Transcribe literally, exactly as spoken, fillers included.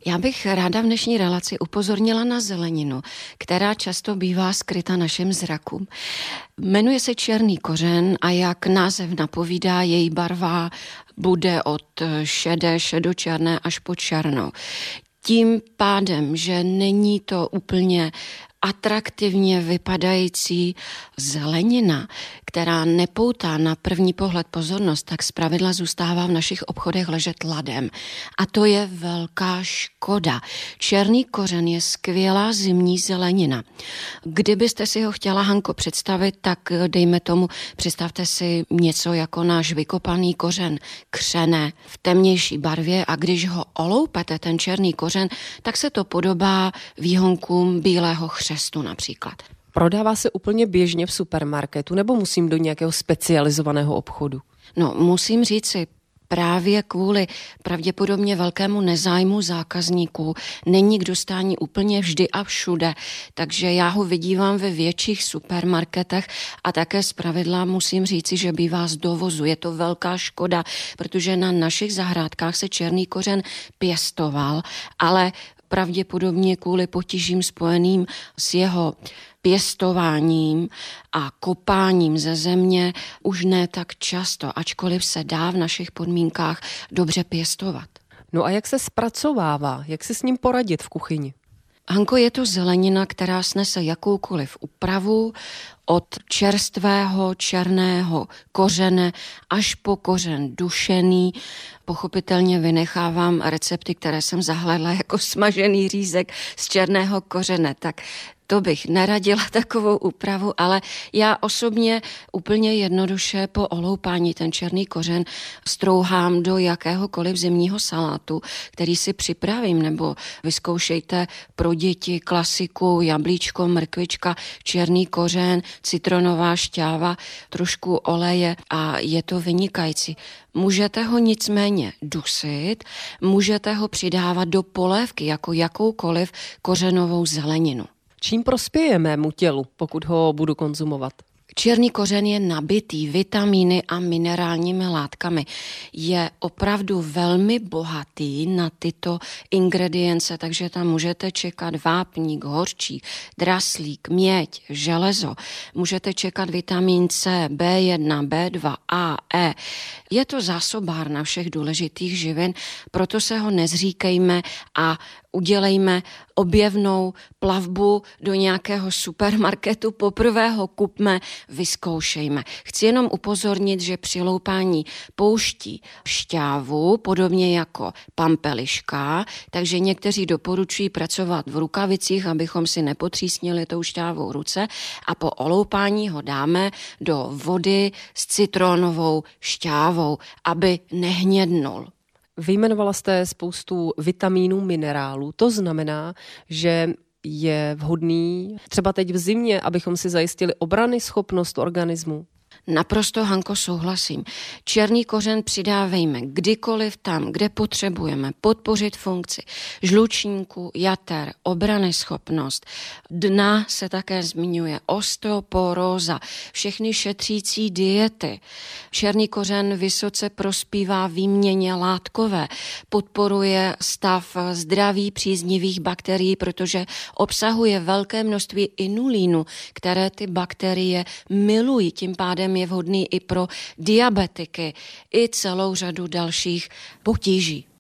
Já bych ráda v dnešní relaci upozornila na zeleninu, která často bývá skryta našim zrakům. Jmenuje se černý kořen a jak název napovídá, její barva bude od šedé, šedočerné až po černou. Tím pádem, že není to úplně atraktivně vypadající zelenina, která nepoutá na první pohled pozornost, tak zpravidla zůstává v našich obchodech ležet ladem. A to je velká škoda. Černý kořen je skvělá zimní zelenina. Kdybyste si ho chtěla, Hanko, představit, tak dejme tomu, představte si něco jako náš vykopaný kořen křené v temnější barvě a když ho oloupete, ten černý kořen, tak se to podobá výhonkům bílého chřestu například. Prodává se úplně běžně v supermarketu nebo musím do nějakého specializovaného obchodu? No, musím říci, právě kvůli pravděpodobně velkému nezájmu zákazníků není k dostání úplně vždy a všude, takže já ho vidívám ve větších supermarketech a také zpravidla musím říci, že bývá z dovozu. Je to velká škoda, protože na našich zahrádkách se černý kořen pěstoval, ale pravděpodobně kvůli potížím spojeným s jeho pěstováním a kopáním ze země už ne tak často, ačkoliv se dá v našich podmínkách dobře pěstovat. No a jak se zpracovává? Jak si s ním poradit v kuchyni? Hanko, je to zelenina, která snese jakoukoliv úpravu, od čerstvého černého kořene až po kořen dušený. Pochopitelně vynechávám recepty, které jsem zahlédla jako smažený řízek z černého kořene, tak to bych neradila takovou úpravu, ale já osobně úplně jednoduše po oloupání ten černý kořen strouhám do jakéhokoliv zimního salátu, který si připravím, nebo vyzkoušejte pro děti klasiku jablíčko, mrkvička, černý kořen, citronová šťáva, trošku oleje a je to vynikající. Můžete ho nicméně dusit, můžete ho přidávat do polévky jako jakoukoliv kořenovou zeleninu. Čím prospěje mému tělu, pokud ho budu konzumovat? Černý kořen je nabitý vitamíny a minerálními látkami. Je opravdu velmi bohatý na tyto ingredience, takže tam můžete čekat vápník, hořčík, draslík, měď, železo. Můžete čekat vitamin C, bé jedna, bé dva, A, E. Je to zásobárna všech důležitých živin, proto se ho nezříkejme a udělejme objevnou plavbu do nějakého supermarketu, poprvé ho kupme, vyzkoušejme. Chci jenom upozornit, že při loupání pouští šťávu, podobně jako pampeliška, takže někteří doporučují pracovat v rukavicích, abychom si nepotřísnili tou šťávou ruce a po oloupání ho dáme do vody s citronovou šťávou, aby nehnědnul. Vyjmenovala jste spoustu vitamínů, minerálů. To znamená, že je vhodný třeba teď v zimě, abychom si zajistili obrany schopnost organismu? Naprosto, Hanko, souhlasím. Černý kořen přidávejme kdykoliv tam, kde potřebujeme podpořit funkci žlučníku, jater, obranyschopnost. Dna se také zmiňuje osteoporóza, všechny šetřící diety. Černý kořen vysoce prospívá výměně látkové, podporuje stav zdraví příznivých bakterií, protože obsahuje velké množství inulínu, které ty bakterie milují, tím pádem je vhodný i pro diabetiky, i celou řadu dalších potíží.